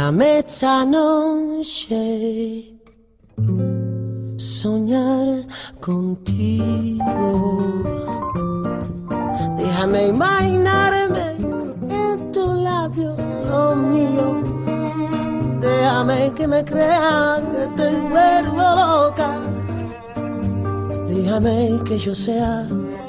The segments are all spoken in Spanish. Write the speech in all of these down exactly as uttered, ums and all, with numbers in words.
Déjame esta noche soñar contigo. Déjame imaginarme en tu labio lo mío. Déjame que me crea que te vuelvo loca. Déjame que yo sea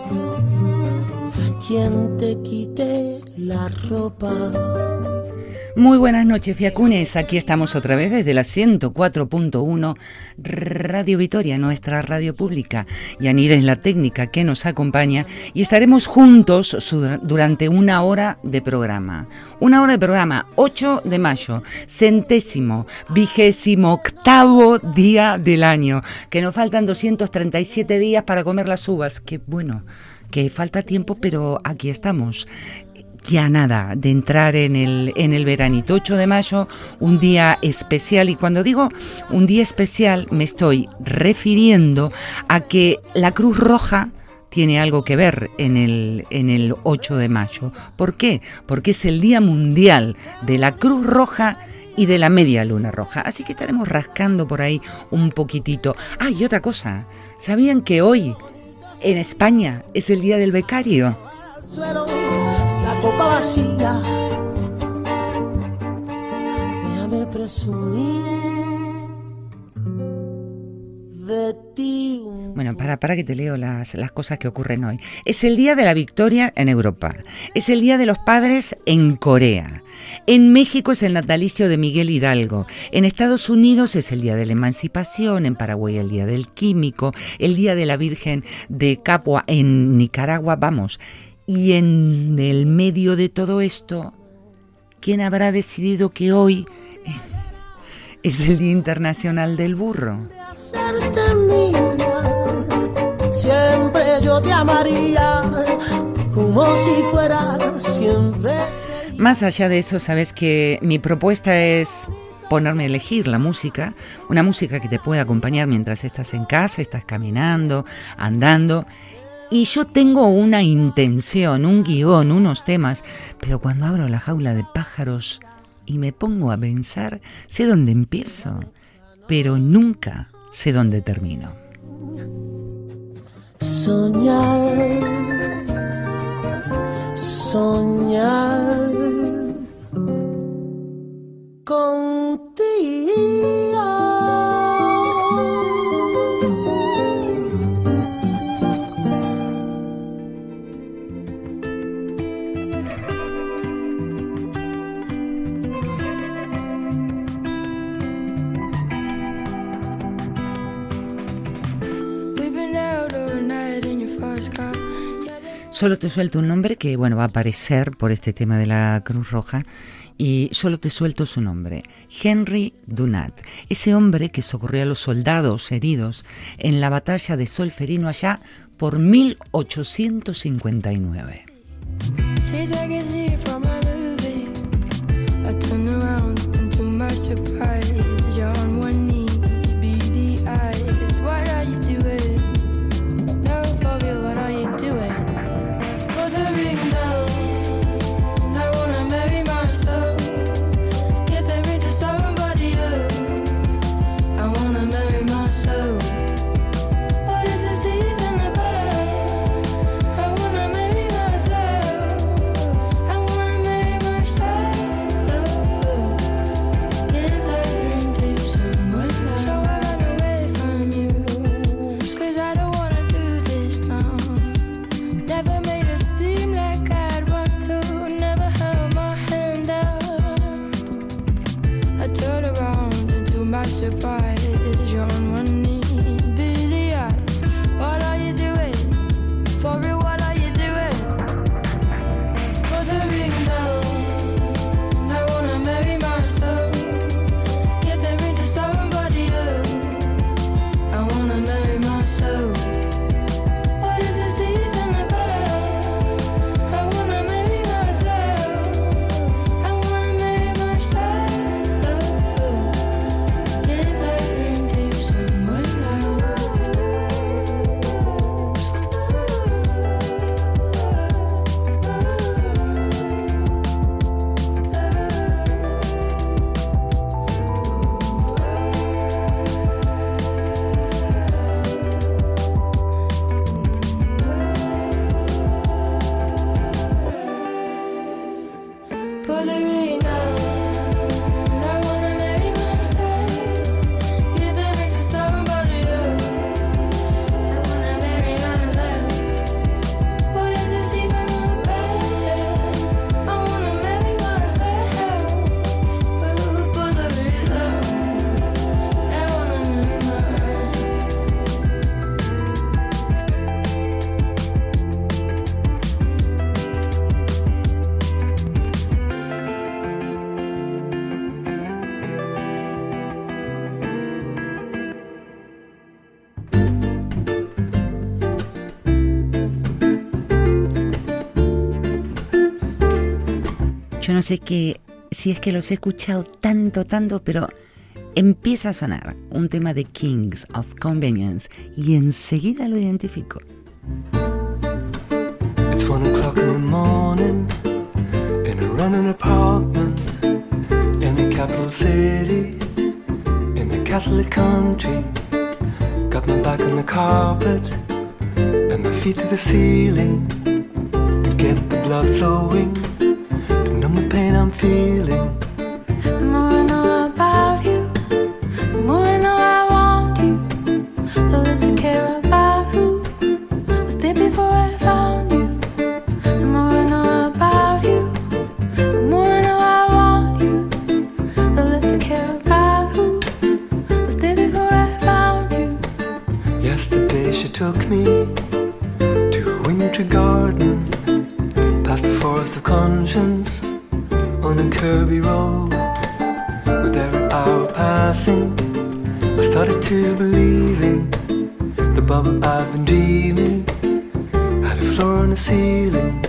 quien te quite la ropa. Muy buenas noches, fiacunes. Aquí estamos otra vez desde la ciento cuatro punto uno Radio Vitoria, nuestra radio pública. Yanira es la técnica que nos acompaña y estaremos juntos durante una hora de programa. Una hora de programa, ocho de mayo, centésimo, vigésimo octavo día del año. Que nos faltan doscientos treinta y siete días para comer las uvas. Que bueno, que falta tiempo, pero aquí estamos. Ya nada de entrar en el, en el veranito. Ocho de mayo, un día especial, y cuando digo un día especial me estoy refiriendo a que la Cruz Roja tiene algo que ver en el, en el ocho de mayo. ¿Por qué? Porque es el Día Mundial de la Cruz Roja y de la Media Luna Roja. Así que estaremos rascando por ahí un poquitito. Ah, y otra cosa, ¿sabían que hoy en España es el Día del Becario? Copa vacía, déjame presumir de ti. Bueno, para, para que te leo las, las cosas que ocurren hoy. Es el Día de la Victoria en Europa. Es el Día de los Padres en Corea. En México es el natalicio de Miguel Hidalgo. En Estados Unidos es el Día de la Emancipación. En Paraguay el Día del Químico. El Día de la Virgen de Capua. En Nicaragua, vamos. Y en el medio de todo esto, ¿quién habrá decidido que hoy es el Día Internacional del Burro? Siempre yo te amaría, como si fuera siempre. Más allá de eso, sabes que mi propuesta es ponerme a elegir la música, una música que te pueda acompañar mientras estás en casa, estás caminando, andando. Y yo tengo una intención, un guión, unos temas, pero cuando abro la jaula de pájaros y me pongo a pensar, sé dónde empiezo, pero nunca sé dónde termino. Soñar, soñar contigo. Solo te suelto un nombre que, bueno, va a aparecer por este tema de la Cruz Roja, y solo te suelto su nombre, Henry Dunant, ese hombre que socorrió a los soldados heridos en la batalla de Solferino allá por mil ochocientos cincuenta y nueve. Give yo no sé qué, si es que los he escuchado tanto, tanto, pero empieza a sonar un tema de Kings of Convenience y enseguida lo identifico. It's one o'clock in the morning in a running apartment in a capital city in a Catholic country. Got my back on the carpet and my feet to the ceiling to get the blood flowing, to numb the pain I'm feeling. The more I know about you, the more I know I want you, the less I care about who was there before I found you. The more I know about you, the more I know I want you, the less I care about who was there before I found you. Yesterday she took me to a wintry garden, past the forest of conscience, on a curvy road. With every hour passing, I started to believe in the bubble I've been dreaming, had a floor and a ceiling.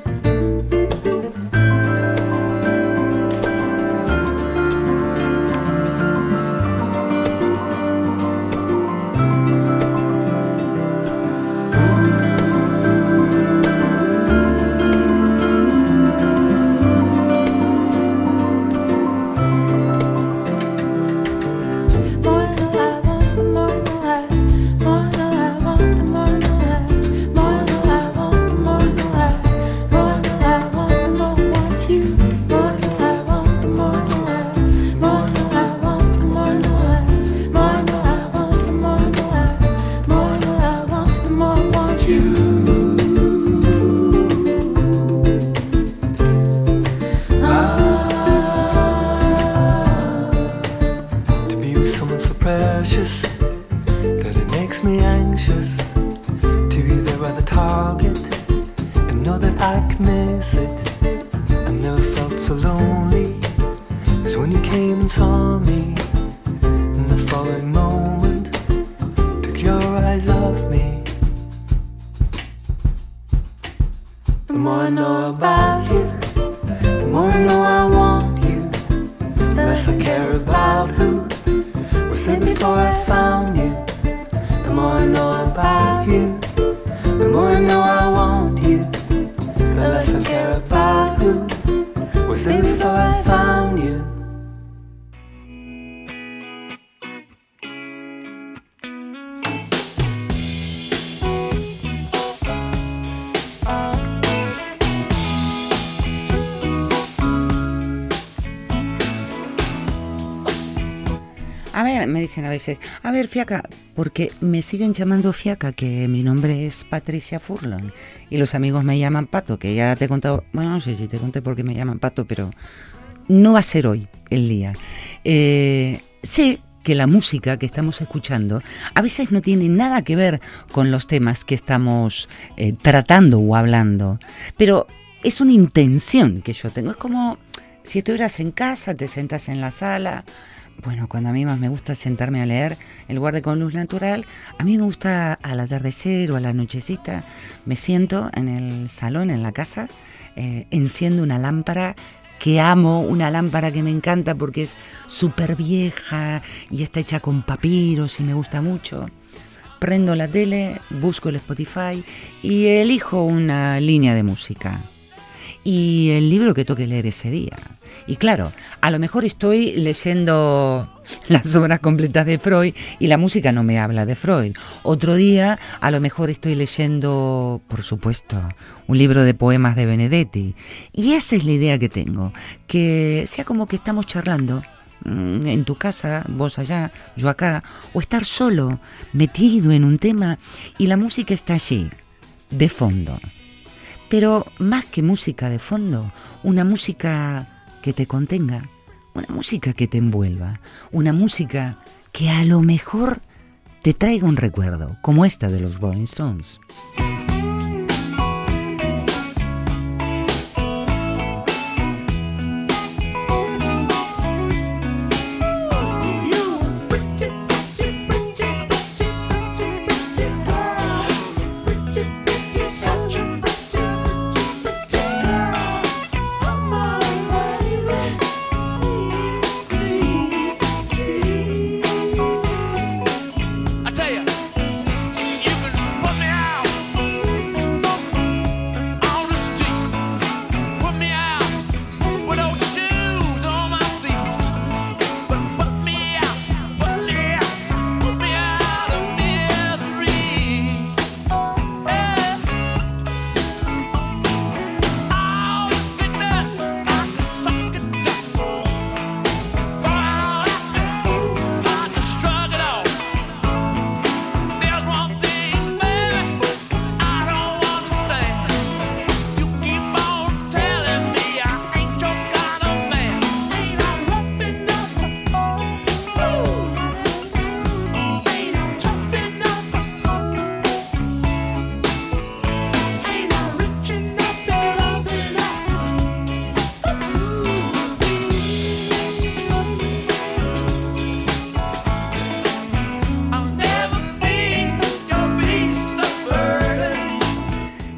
A ver, me dicen a veces, a ver, Fiaca, porque me siguen llamando Fiaca, que mi nombre es Patricia Furlong, y los amigos me llaman Pato, que ya te he contado, bueno, no sé si te conté por qué me llaman Pato, pero no va a ser hoy el día. Eh, sé que la música que estamos escuchando a veces no tiene nada que ver con los temas que estamos eh, tratando o hablando, pero es una intención que yo tengo. Es como si estuvieras en casa, te sentas en la sala. Bueno, cuando a mí más me gusta sentarme a leer en lugar de con luz natural, a mí me gusta al atardecer o a la nochecita, me siento en el salón, en la casa, eh, enciendo una lámpara que amo, una lámpara que me encanta porque es súper vieja y está hecha con papiros y me gusta mucho. Prendo la tele, busco el Spotify y elijo una línea de música y el libro que toque leer ese día. Y claro, a lo mejor estoy leyendo las obras completas de Freud y la música no me habla de Freud. Otro día, a lo mejor estoy leyendo, por supuesto, un libro de poemas de Benedetti. Y esa es la idea que tengo, que sea como que estamos charlando en tu casa, vos allá, yo acá, o estar solo, metido en un tema y la música está allí, de fondo. Pero más que música de fondo, una música que te contenga, una música que te envuelva, una música que a lo mejor te traiga un recuerdo, como esta de los Rolling Stones. Such a pretty, pretty girl. Come on,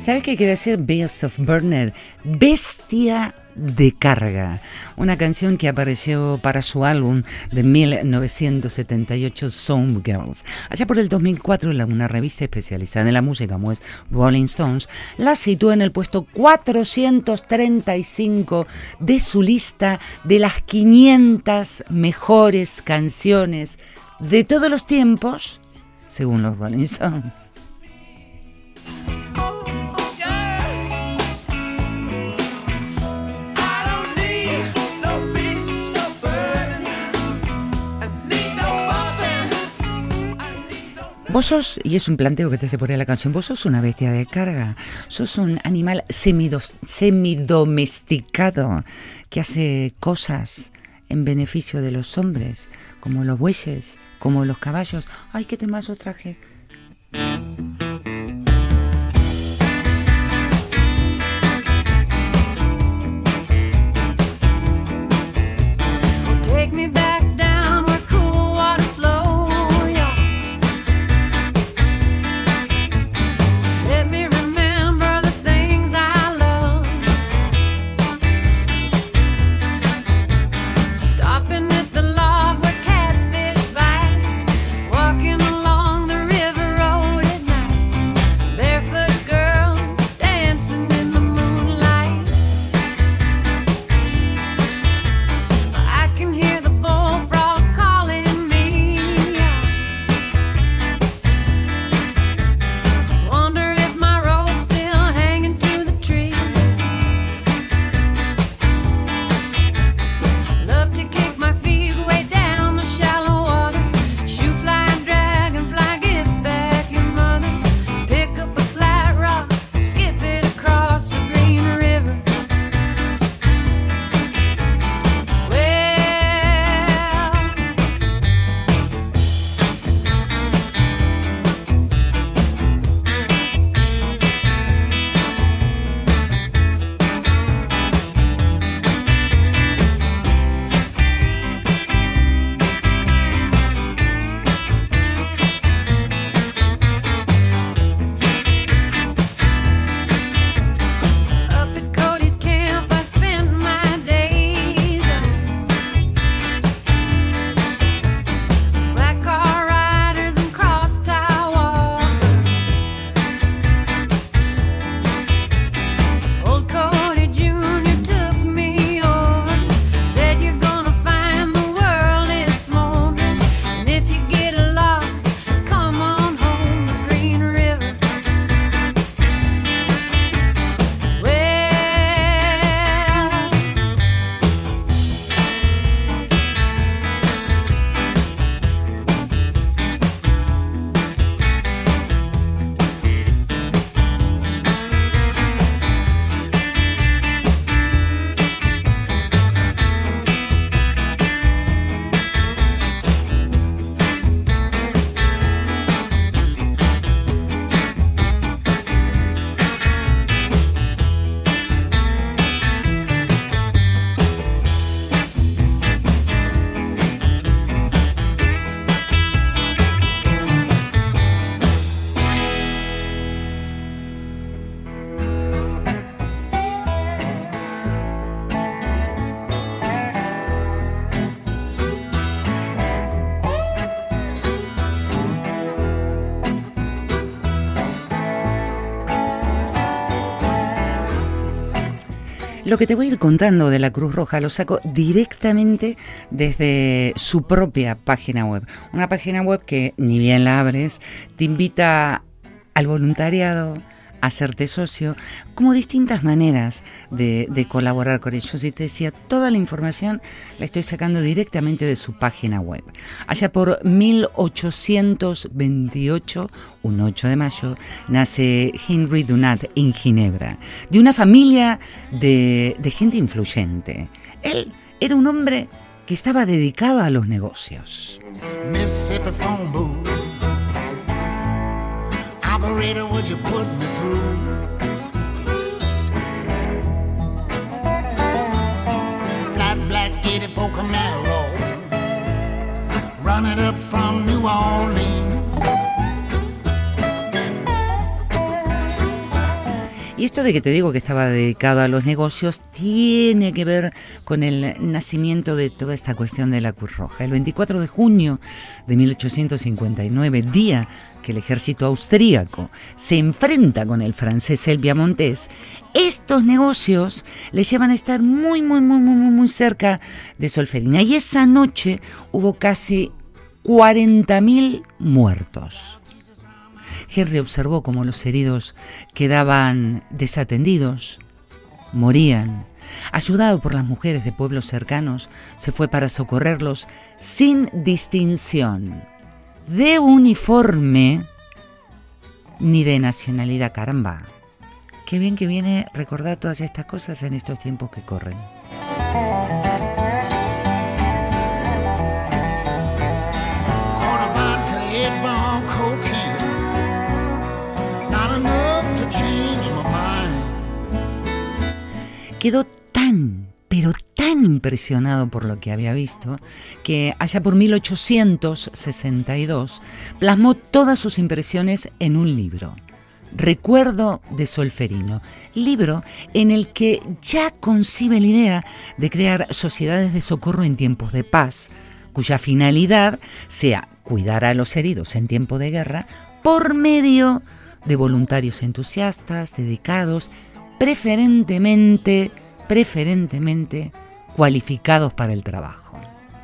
¿Sabes qué quiere decir Beast of Burden? Bestia de carga, una canción que apareció para su álbum de mil novecientos setenta y ocho, Some Girls. Allá por el dos mil cuatro, una revista especializada en la música como es Rolling Stones la situó en el puesto cuatrocientos treinta y cinco de su lista de las quinientas mejores canciones de todos los tiempos, según los Rolling Stones. Vos sos, y es un planteo que te hace por ahí la canción, vos sos una bestia de carga, sos un animal semidos, semidomesticado que hace cosas en beneficio de los hombres, como los bueyes, como los caballos. Ay, qué temazo traje. Take me back down where cool water flow, yeah. Let me remember the things I love. Stopping at the log where catfish bite, walking along the river road at night, barefoot girls dancing in the moonlight. I can hear the bullfrog calling me. Wonder if my rope's still hanging to the tree. Love to kick my feet way down the shallow water. Shoot, fly, dragonfly, get back your mother. Pick up a flat rock, skip it across the green river. Well, up at Cody's camp I spent my days. Flat car riders and cross tie walkers. Old Cody Junior took me over, said you're gonna find the world is smoldering, and if you get lost, come on home to Green River. Well, Lo que te voy a ir contando de la Cruz Roja lo saco directamente desde su propia página web. Una página web que, ni bien la abres, te invita al voluntariado, a hacerte socio, como distintas maneras de, de colaborar con ellos. Y te decía, toda la información la estoy sacando directamente de su página web. Allá por mil ochocientos veintiocho, un ocho de mayo, nace Henry Dunant en Ginebra, de una familia de, de gente influyente. Él era un hombre que estaba dedicado a los negocios. Mississippi phone booth. Operator, would you put me through? Flat black eighty-four Camaro, running up from New Orleans. Y esto de que te digo que estaba dedicado a los negocios tiene que ver con el nacimiento de toda esta cuestión de la Cruz Roja. El veinticuatro de junio de mil ochocientos cincuenta y nueve, día que el ejército austríaco se enfrenta con el francés el piamontés, estos negocios le llevan a estar muy, muy, muy, muy, muy cerca de Solferino. Y esa noche hubo casi cuarenta mil muertos. Henry observó cómo los heridos quedaban desatendidos, morían. Ayudado por las mujeres de pueblos cercanos, se fue para socorrerlos sin distinción de uniforme ni de nacionalidad. Caramba, qué bien que viene recordar todas estas cosas en estos tiempos que corren. Quedó tan, pero tan impresionado por lo que había visto, que allá por mil ochocientos sesenta y dos plasmó todas sus impresiones en un libro, Recuerdo de Solferino, libro en el que ya concibe la idea de crear sociedades de socorro en tiempos de paz, cuya finalidad sea cuidar a los heridos en tiempo de guerra por medio de voluntarios entusiastas, dedicados, preferentemente, preferentemente cualificados para el trabajo.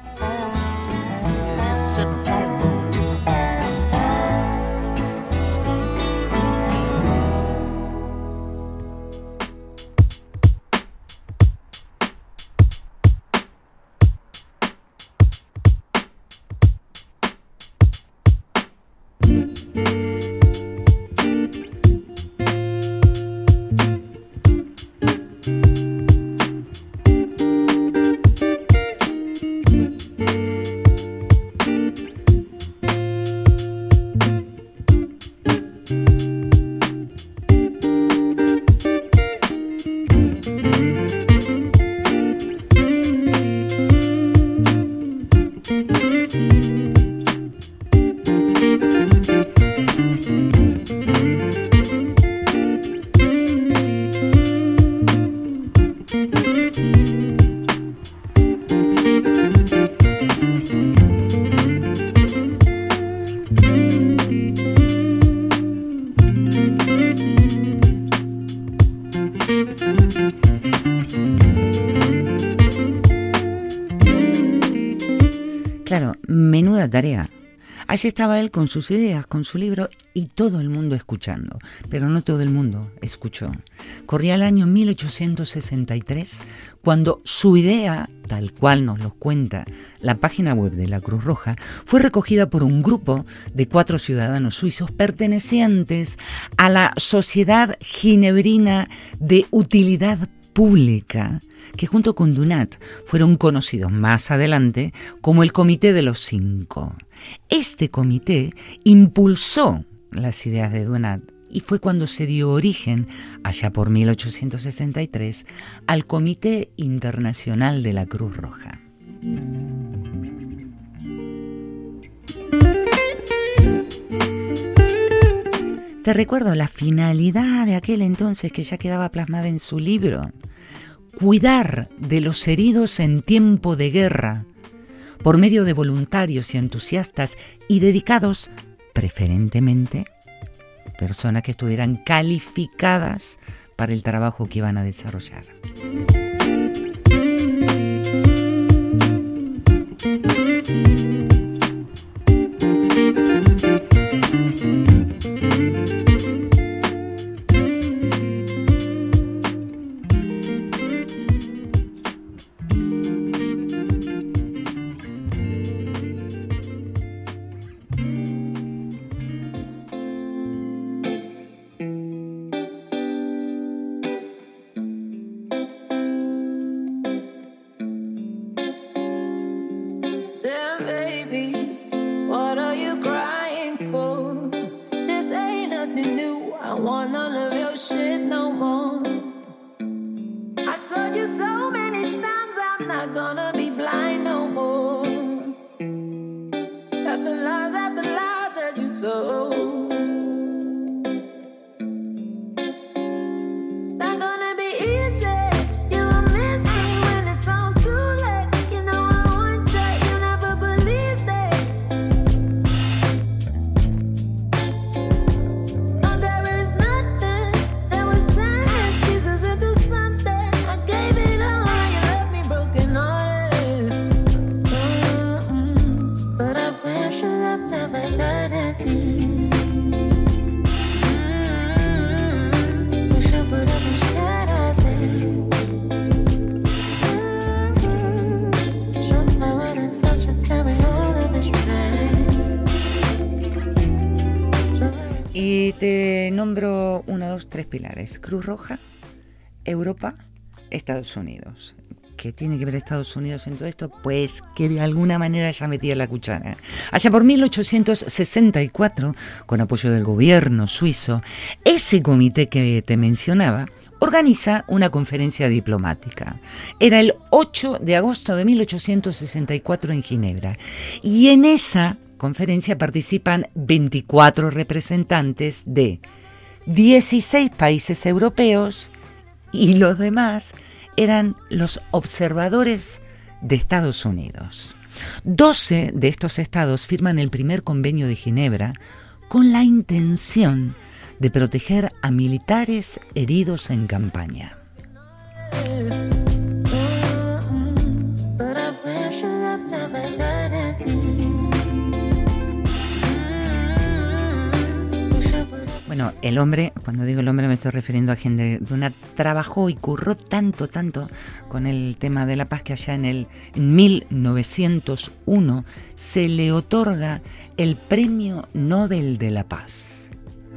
Claro, menuda tarea. Allí estaba él con sus ideas, con su libro y todo el mundo escuchando. Pero no todo el mundo escuchó. Corría el año mil ochocientos sesenta y tres cuando su idea, tal cual nos lo cuenta la página web de la Cruz Roja, fue recogida por un grupo de cuatro ciudadanos suizos pertenecientes a la Sociedad Ginebrina de Utilidad Pública, que junto con Dunat fueron conocidos más adelante como el Comité de los Cinco. Este comité impulsó las ideas de Dunat y fue cuando se dio origen, allá por mil ochocientos sesenta y tres, al Comité Internacional de la Cruz Roja. Te recuerdo la finalidad de aquel entonces que ya quedaba plasmada en su libro: cuidar de los heridos en tiempo de guerra, por medio de voluntarios y entusiastas y dedicados, preferentemente, personas que estuvieran calificadas para el trabajo que iban a desarrollar. nombro uno, dos, tres pilares. Cruz Roja, Europa, Estados Unidos. ¿Qué tiene que ver Estados Unidos en todo esto? Pues que de alguna manera ya metía la cuchara. Allá por mil ochocientos sesenta y cuatro, con apoyo del gobierno suizo, ese comité que te mencionaba organiza una conferencia diplomática. Era el ocho de agosto de mil ochocientos sesenta y cuatro en Ginebra. Y en esa conferencia participan veinticuatro representantes de dieciséis países europeos y los demás eran los observadores de Estados Unidos. doce de estos estados firman el primer convenio de Ginebra con la intención de proteger a militares heridos en campaña. Bueno, el hombre, cuando digo el hombre me estoy refiriendo a gente de una trabajó y curró tanto, tanto con el tema de la paz que allá en el mil novecientos uno se le otorga el Premio Nobel de la Paz.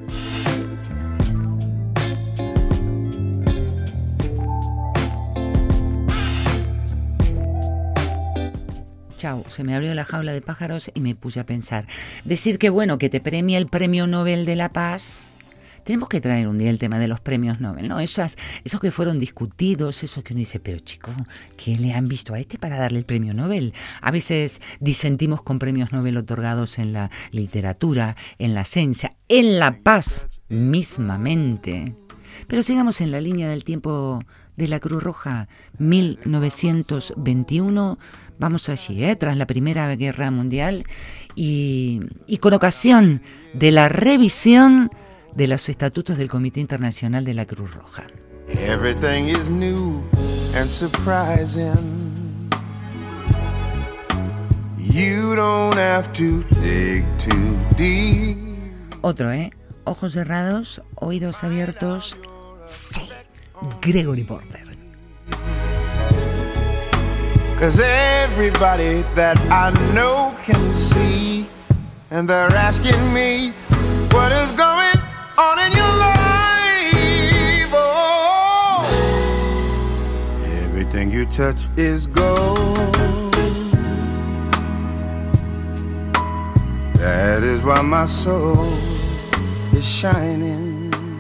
Chau, se me abrió la jaula de pájaros y me puse a pensar. Decir que bueno, que te premia el Premio Nobel de la Paz. Tenemos que traer un día el tema de los premios Nobel, ¿no? Esas, esos que fueron discutidos, esos que uno dice, pero chico, ¿qué le han visto a este para darle el premio Nobel? A veces disentimos con premios Nobel otorgados en la literatura, en la ciencia, en la paz mismamente. Pero sigamos en la línea del tiempo de la Cruz Roja, mil novecientos veintiuno, vamos allí, ¿eh? Tras la Primera Guerra Mundial y, y con ocasión de la revisión de los estatutos del Comité Internacional de la Cruz Roja. Everything is new and surprising. You don't have to dig too deep. Otro, ¿eh? Ojos cerrados, oídos abiertos. Sí, Gregory Porter. 'Cause everybody that I know can see, and they're asking me what is going on in your life. Oh, everything you touch is gold. That is why my soul is shining.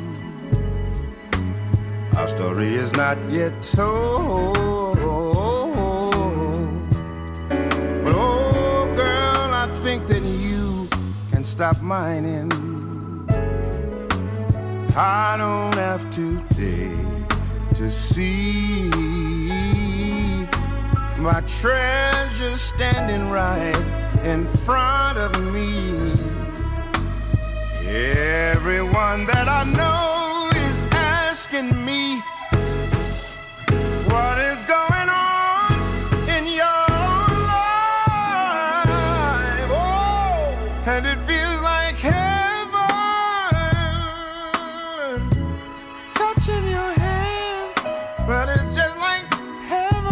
Our story is not yet told, but oh girl, I think that you can stop mining. I don't have to dig to see my treasure standing right in front of me. Everyone that I know is asking me what is going on in your life. Oh, and it feels like heaven touching your hand, but it's just like heaven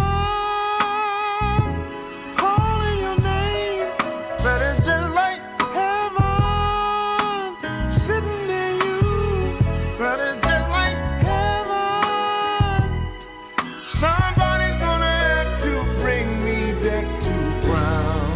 calling your name, but it's just like heaven sitting near you, but it's just like heaven. Somebody's gonna have to bring me back to ground.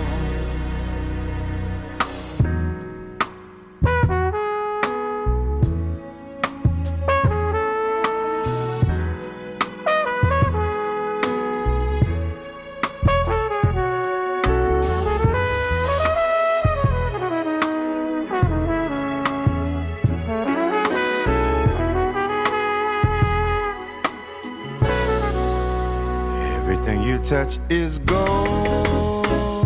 Everything you touch is gold.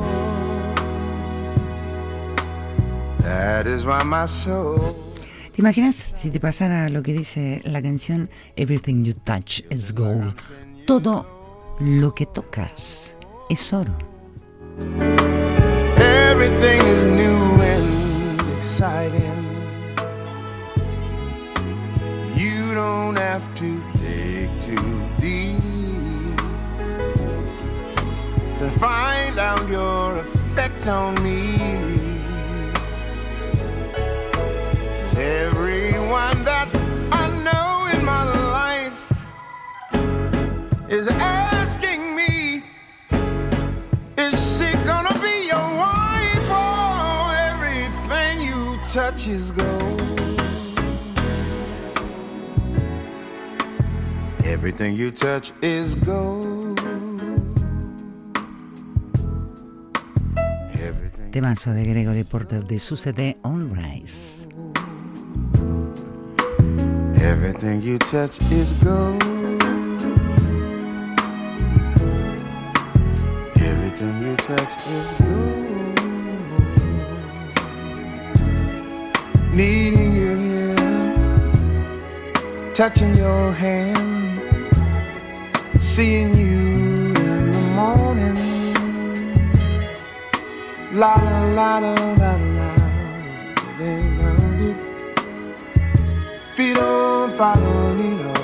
That is why my soul. ¿Te imaginas si te pasara lo que dice la canción Everything You Touch is Gold? Todo lo que tocas es oro. Everything is new and exciting. You don't have to dig too deep to find out your effect on me. 'Cause everyone man that I know in my life is asking me, is she gonna be your wife? Oh, everything you touch is gold. Everything you touch is gold. Everything. Temazo de Gregory Porter de su C D On Rise. Everything you touch is gold. Everything you touch is gold. Needing you here, touching your hand, seeing you in the morning. La la la la la la, they love it. Feet on fire, lead on.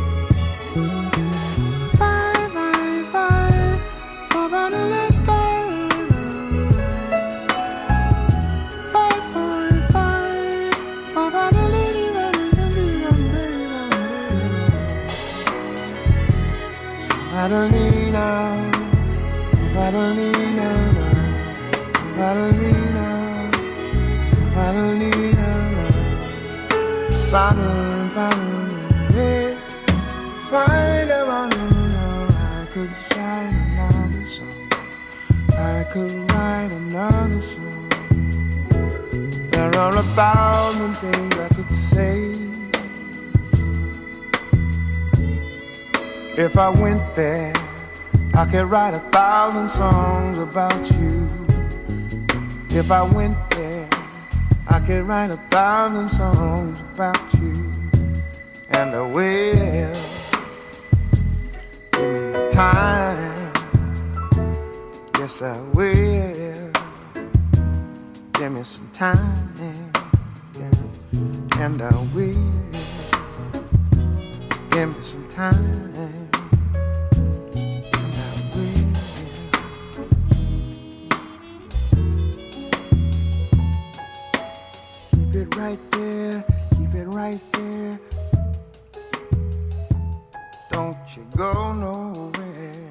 Five, five, five, five out of that fire. Five, five, five, five out of that Adelina, Adelina, Adelina, Adelina, Adelina, Adelina. I could write another song. I could write another song. There are a thousand things I could say. If I went there, I could write a thousand songs about you. If I went there, I could write a thousand songs about you. And I will. Give me your time. Yes, I will. Give me some time. Yeah. And I will. Give me some time. Right there, keep it right there. Don't you go nowhere.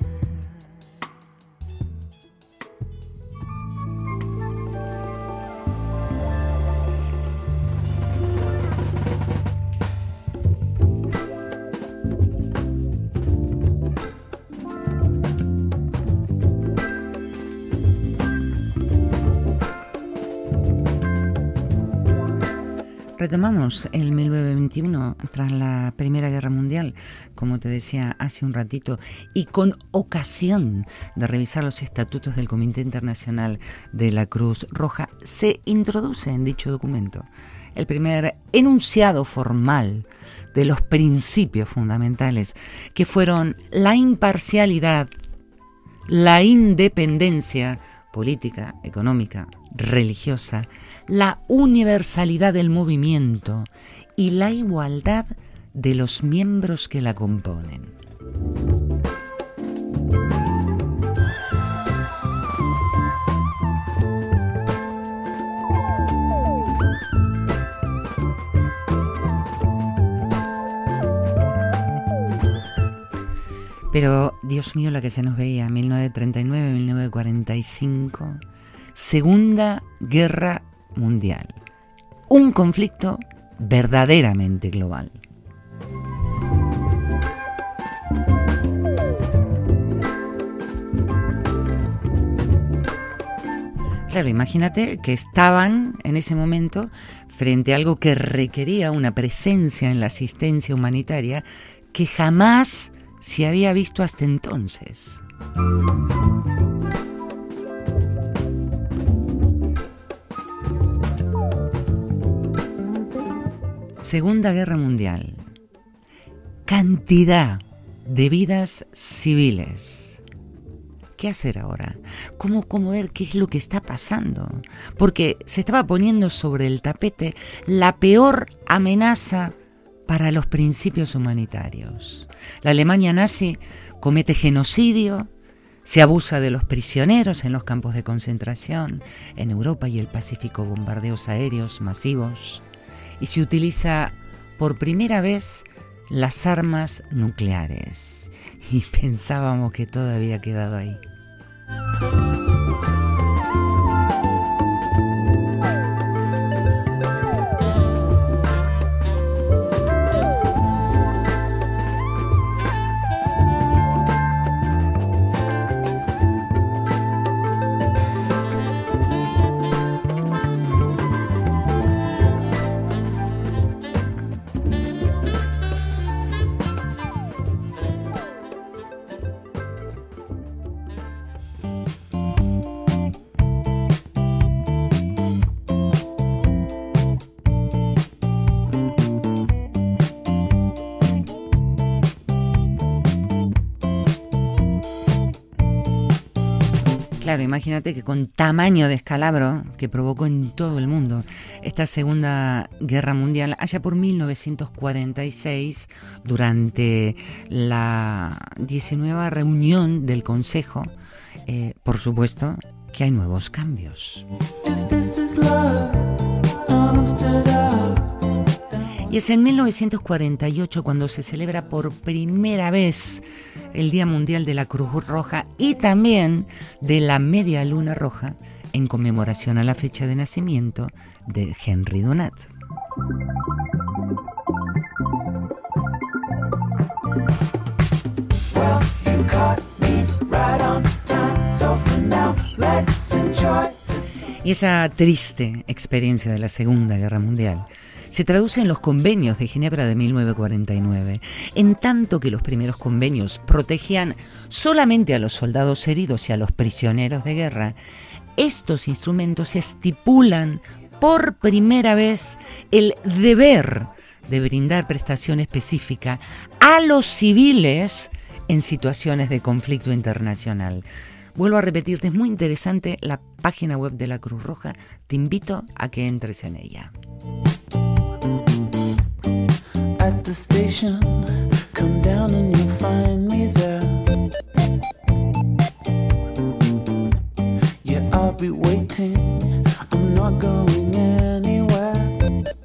Retomamos el mil novecientos veintiuno tras la Primera Guerra Mundial, como te decía hace un ratito, y con ocasión de revisar los estatutos del Comité Internacional de la Cruz Roja, se introduce en dicho documento el primer enunciado formal de los principios fundamentales, que fueron la imparcialidad, la independencia política, económica, religiosa, la universalidad del movimiento y la igualdad de los miembros que la componen. Pero, Dios mío, la que se nos veía, mil novecientos treinta y nueve a mil novecientos cuarenta y cinco, Segunda Guerra Mundial. Un conflicto verdaderamente global. Claro, imagínate que estaban en ese momento frente a algo que requería una presencia en la asistencia humanitaria que jamás se había visto hasta entonces. Segunda Guerra Mundial. Cantidad de vidas civiles. ¿Qué hacer ahora? ¿Cómo, cómo ver qué es lo que está pasando? Porque se estaba poniendo sobre el tapete la peor amenaza para los principios humanitarios. La Alemania nazi comete genocidio, se abusa de los prisioneros en los campos de concentración, en Europa y el Pacífico bombardeos aéreos masivos, y se utiliza por primera vez las armas nucleares. Y pensábamos que todo había quedado ahí. Claro, imagínate que con tamaño descalabro que provocó en todo el mundo esta Segunda Guerra Mundial, allá por mil novecientos cuarenta y seis, durante la diecinueva reunión del Consejo, eh, por supuesto que hay nuevos cambios. Y es en mil novecientos cuarenta y ocho cuando se celebra por primera vez el Día Mundial de la Cruz Roja y también de la Media Luna Roja, en conmemoración a la fecha de nacimiento de Henry Dunant. Well, you caught me right on time, so for now, let's enjoy. Y esa triste experiencia de la Segunda Guerra Mundial se traduce en los convenios de Ginebra de mil novecientos cuarenta y nueve, en tanto que los primeros convenios protegían solamente a los soldados heridos y a los prisioneros de guerra. Estos instrumentos estipulan por primera vez el deber de brindar prestación específica a los civiles en situaciones de conflicto internacional. Vuelvo a repetirte, es muy interesante la página web de la Cruz Roja, te invito a que entres en ella. At the station, come down and you'll find me there. Yeah, I'll be waiting, I'm not going anywhere.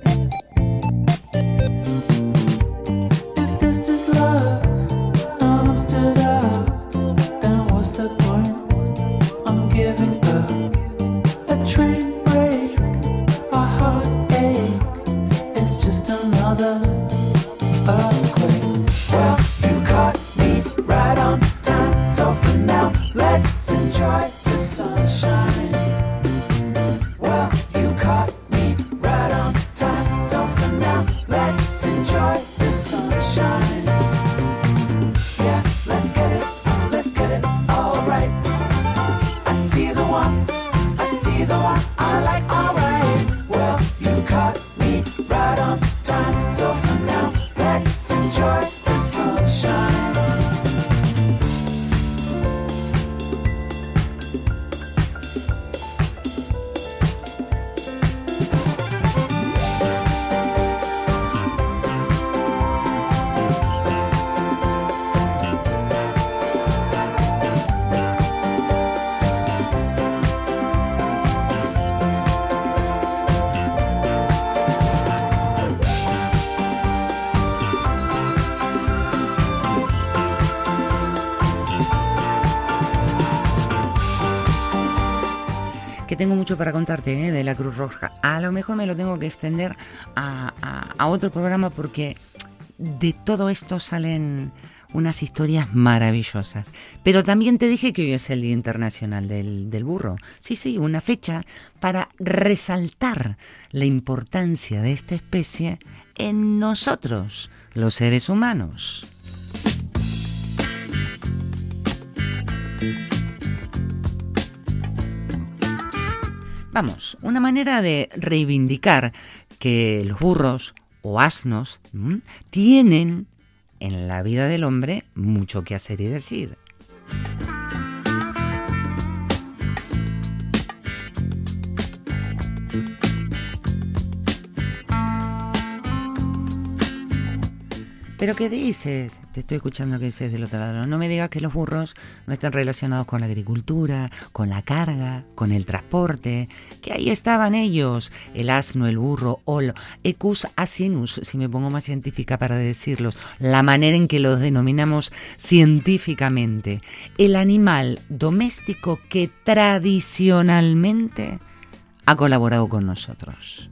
If this is love and I'm stood up, then what's the point? I'm giving up. A train break, a heartache, it's just another earthquake. Well, you caught me right on time, so for now, let's enjoy the sunshine. Well, you caught me right on time, so for now, let's enjoy the sunshine. Yeah, let's get it, let's get it all right. I see the one, I see the one I like, all right. Well, you caught me right on time, so for now, let's enjoy the sunshine. Que tengo mucho para contarte, ¿eh? De la Cruz Roja. A lo mejor me lo tengo que extender a, a, a otro programa porque de todo esto salen unas historias maravillosas. Pero también te dije que hoy es el Día Internacional del, del Burro. Sí, sí, una fecha para resaltar la importancia de esta especie en nosotros, los seres humanos. Vamos, una manera de reivindicar que los burros o asnos ¿m? tienen en la vida del hombre mucho que hacer y decir. ¿Pero qué dices? Te estoy escuchando que dices del otro lado. No me digas que los burros no están relacionados con la agricultura, con la carga, con el transporte, que ahí estaban ellos, el asno, el burro, ol, ecus asinus, si me pongo más científica para decirlos, la manera en que los denominamos científicamente, el animal doméstico que tradicionalmente ha colaborado con nosotros.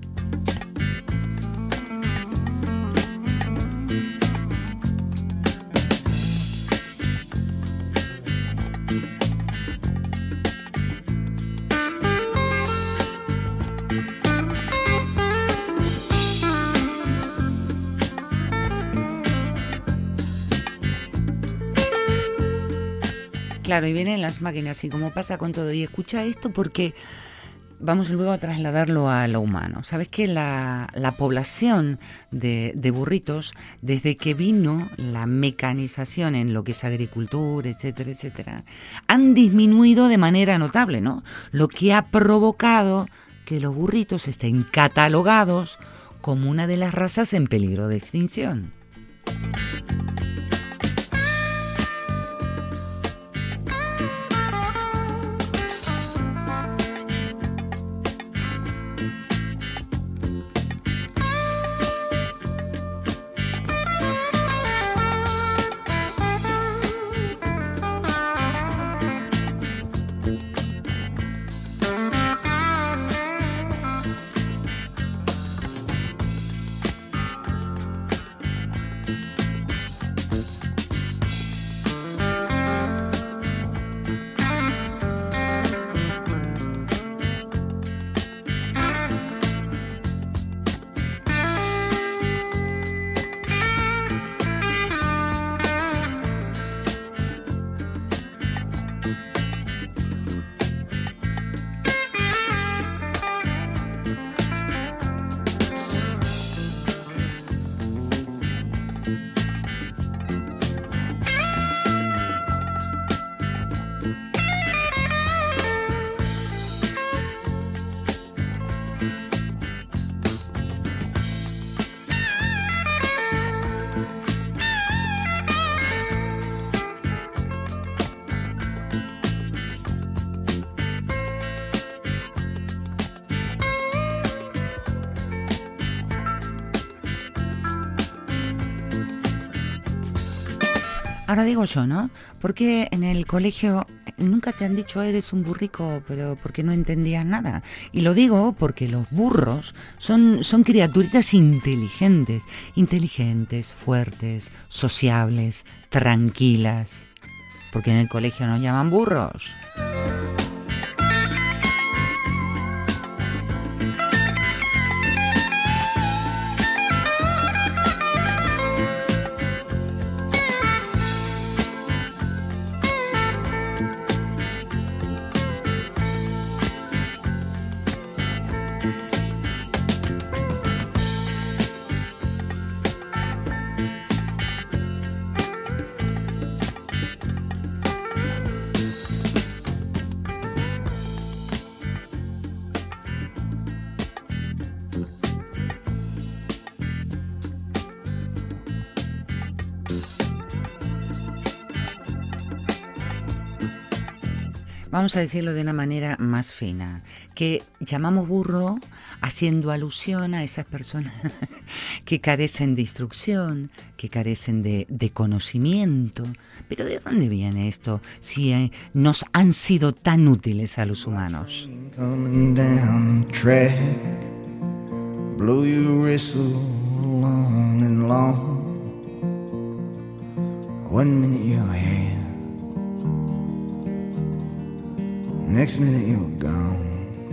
Claro, y vienen las máquinas, y como pasa con todo, y escucha esto porque vamos luego a trasladarlo a lo humano. Sabes que la, la población de, de burritos, desde que vino la mecanización en lo que es agricultura, etcétera, etcétera, han disminuido de manera notable, ¿no? Lo que ha provocado que los burritos estén catalogados como una de las razas en peligro de extinción. Ahora digo yo, ¿no? Porque en el colegio nunca te han dicho eres un burrico, pero porque no entendías nada. Y lo digo porque los burros son, son criaturitas inteligentes, inteligentes, fuertes, sociables, tranquilas. Porque en el colegio nos llaman burros. Vamos a decirlo de una manera más fina, que llamamos burro haciendo alusión a esas personas que carecen de instrucción, que carecen de, de conocimiento. Pero ¿de dónde viene esto si eh, nos han sido tan útiles a los humanos? Coming down the track, blow your whistle long and long. One minute you're here, next minute you're gone.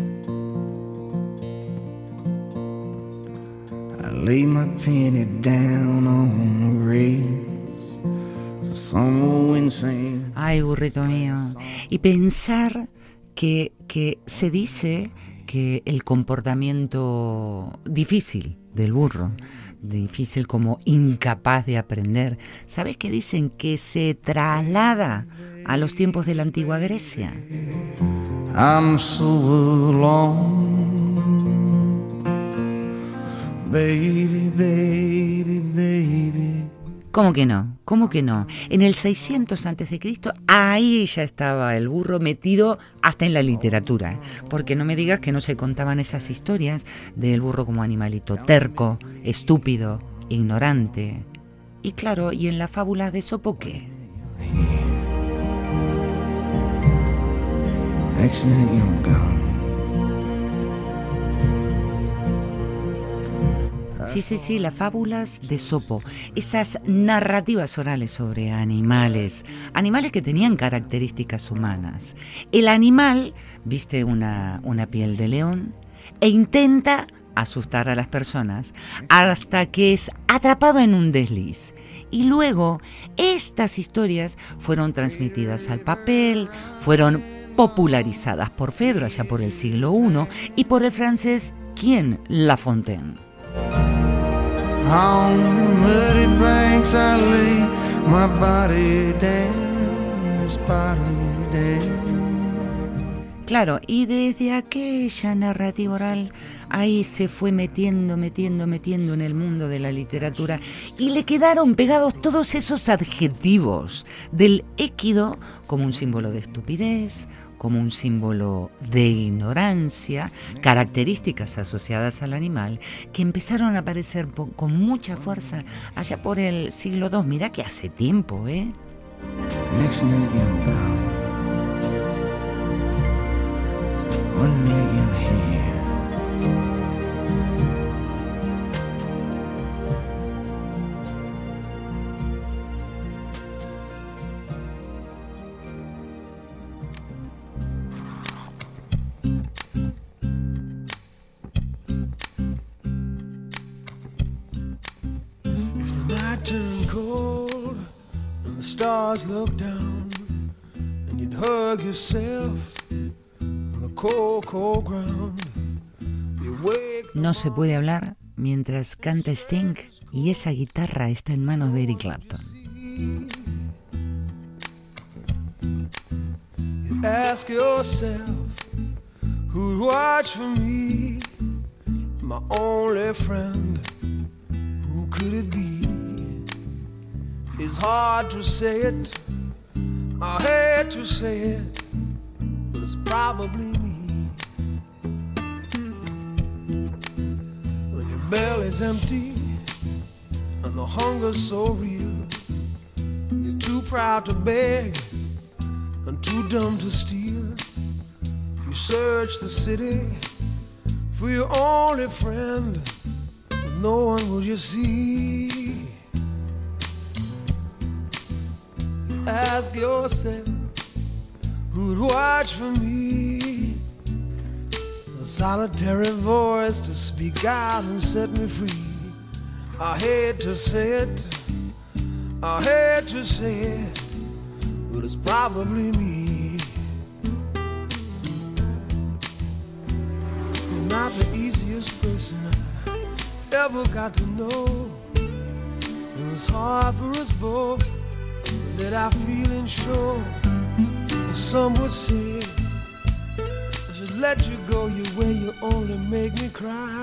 I lay my penny down on the rails, so some will win sing. Ay, burrito mío. Y pensar que, que se dice que el comportamiento difícil del burro, difícil como incapaz de aprender, ¿sabes qué dicen? Que se traslada a los tiempos de la antigua Grecia. I'm so alone, baby, baby, baby. ¿Cómo que no? ¿Cómo que no? En el seiscientos antes de Cristo, ahí ya estaba el burro metido hasta en la literatura. Porque no me digas que no se contaban esas historias del burro como animalito terco, estúpido, ignorante. Y claro, ¿y en la fábula de Esopo qué? Next minute you're gone. Sí, sí, sí, las fábulas de Esopo, esas narrativas orales sobre animales, animales que tenían características humanas. El animal viste una, una piel de león e intenta asustar a las personas hasta que es atrapado en un desliz. Y luego estas historias fueron transmitidas al papel, fueron popularizadas por Fedro allá por el siglo primero y por el francés Quien La Fontaine. On muddy banks I lay my body down, this body down. Claro, y desde aquella narrativa oral, ahí se fue metiendo, metiendo, metiendo en el mundo de la literatura y le quedaron pegados todos esos adjetivos del équido como un símbolo de estupidez, como un símbolo de ignorancia, características asociadas al animal, que empezaron a aparecer po- con mucha fuerza allá por el siglo segundo. Mirá que hace tiempo, ¿eh? Next minute you're gone. One minute you're here. Turn cold and the stars look down and you'd hug yourself on the cold, cold ground. You wake No se puede hablar mientras canta Sting y esa guitarra está en manos de Eric Clapton. You ask yourself who'd watch for me, my only friend, who could it be? It's hard to say it, I hate to say it, but it's probably me. When your belly's empty and the hunger's so real, you're too proud to beg and too dumb to steal. You search the city for your only friend, but no one will you see. Ask yourself who'd watch for me, a solitary voice to speak out and set me free. I hate to say it, I hate to say it, but it's probably me. You're not the easiest person I ever got to know. It's hard for us both that I feel and sure. Some would say I should let you go your way, you only make me cry.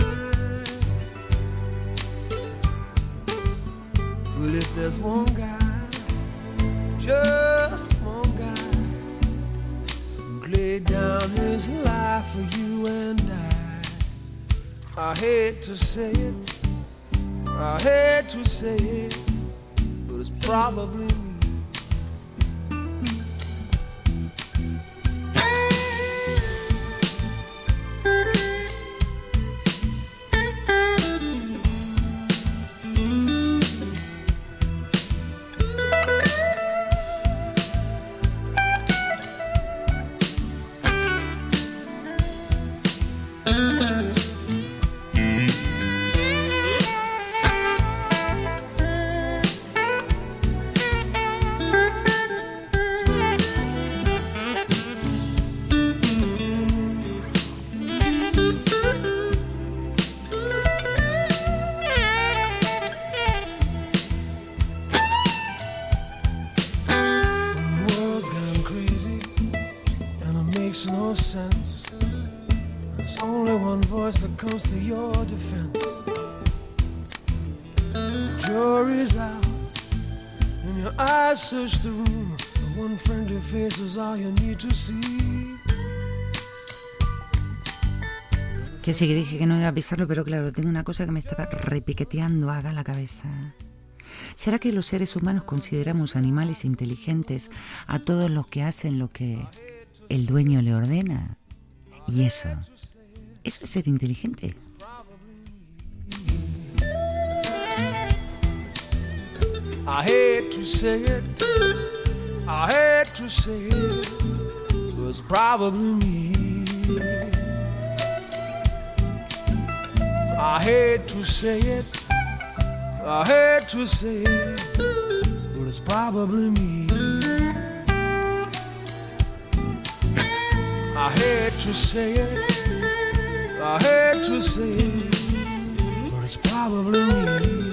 Well, if there's one guy, just one guy, who laid down his life for you and I, I hate to say it, I hate to say it, but it's probably me. Comes to your defense. The jury's out your eyes search the room, and one friendly face is all you need to see. Que sí, que dije que no iba a pisarlo, pero claro, tengo una cosa que me estaba repiqueteando acá la cabeza. ¿Será que los seres humanos consideramos animales inteligentes a todos los que hacen lo que el dueño le ordena? ¿Y eso? ¿Eso es ser inteligente? I hate to say it, I hate to say it, it was probably me. I hate to say it, I hate to say it, but it's probably me. I hate to say it, I hate to say it, but it's probably me.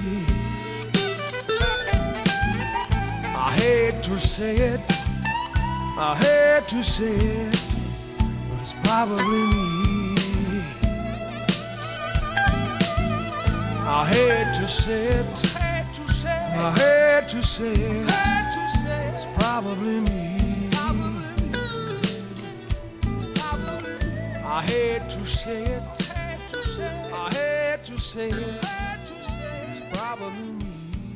I hate to say it, I hate to say it, but it's probably me. I hate to say it, I hate to say it, it's probably me. I hate to say it, I hate to say it, it's probably me.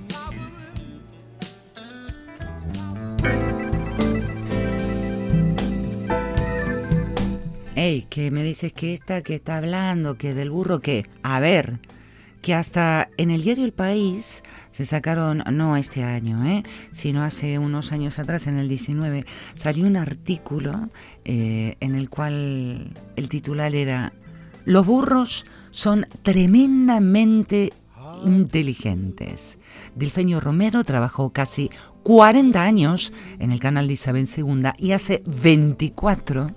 Ey, que me dices que esta que está hablando, que del burro, que, a ver, que hasta en el diario El País se sacaron, no este año, ¿eh? sino hace unos años atrás, en el diecinueve, salió un artículo eh, en el cual el titular era: los burros son tremendamente inteligentes. Dilfenio Romero trabajó casi cuarenta años en el canal de Isabel segunda y hace veinticuatro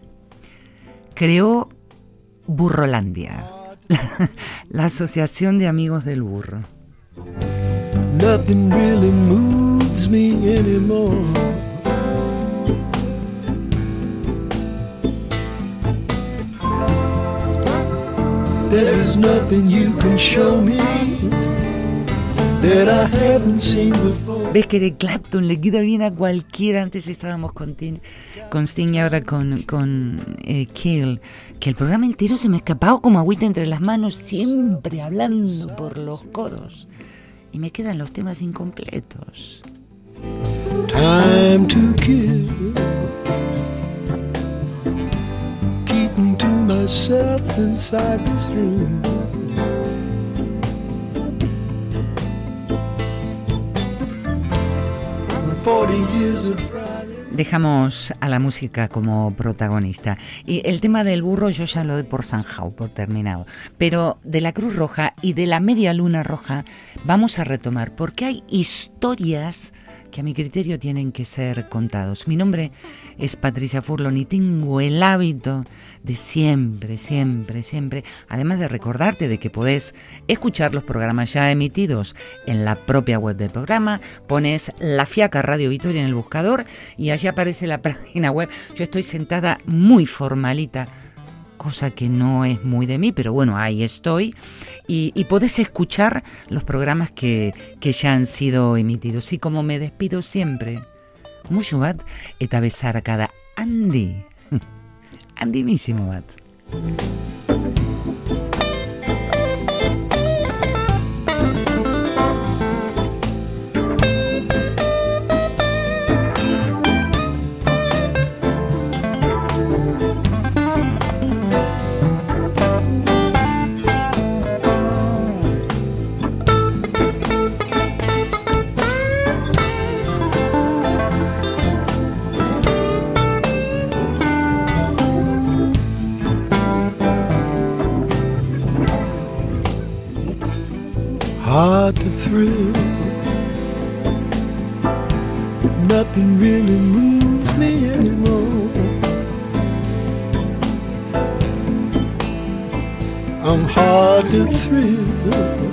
creó Burrolandia, la, la Asociación de Amigos del Burro. Nothing really moves me anymore. There is nothing you can show me that I haven't seen before. Ves que Eric Clapton le queda bien a cualquiera. Antes estábamos con, Tin, con Sting y ahora con, con eh, Kill. Que el programa entero se me ha escapado como agüita entre las manos, siempre hablando por los codos. Y me quedan los temas incompletos. Time to kill, keeping to myself inside this room. forty years of Friday. Dejamos a la música como protagonista. Y el tema del burro yo ya lo doy por zanjao, por terminado. Pero de la Cruz Roja y de la Media Luna Roja vamos a retomar, porque hay historias que a mi criterio tienen que ser contados. Mi nombre es Patricia Furlon y tengo el hábito de siempre, siempre, siempre, además de recordarte de que podés escuchar los programas ya emitidos en la propia web del programa, pones La Fiaca Radio Vitoria en el buscador y allí aparece la página web. Yo estoy sentada muy formalita, cosa que no es muy de mí, pero bueno, ahí estoy. Y, y podés escuchar los programas que, que ya han sido emitidos. Y como me despido siempre, mucho bat, eta besar a cada Andy. Andimísimo bat. Hard to thrill, nothing really moves me anymore. I'm hard to thrill,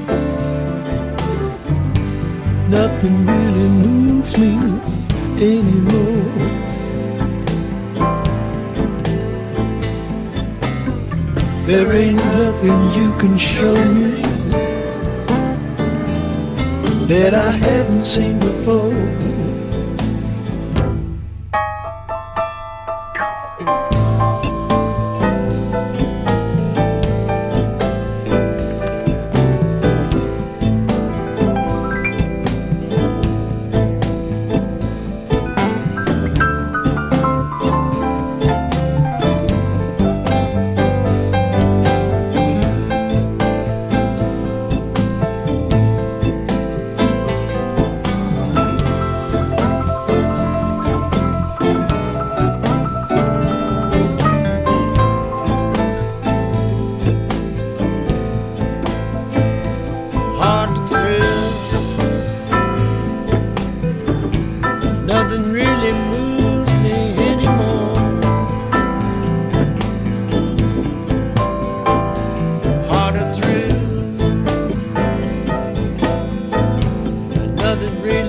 nothing really moves me anymore. There ain't nothing you can show me that I haven't seen before.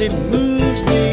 it moves me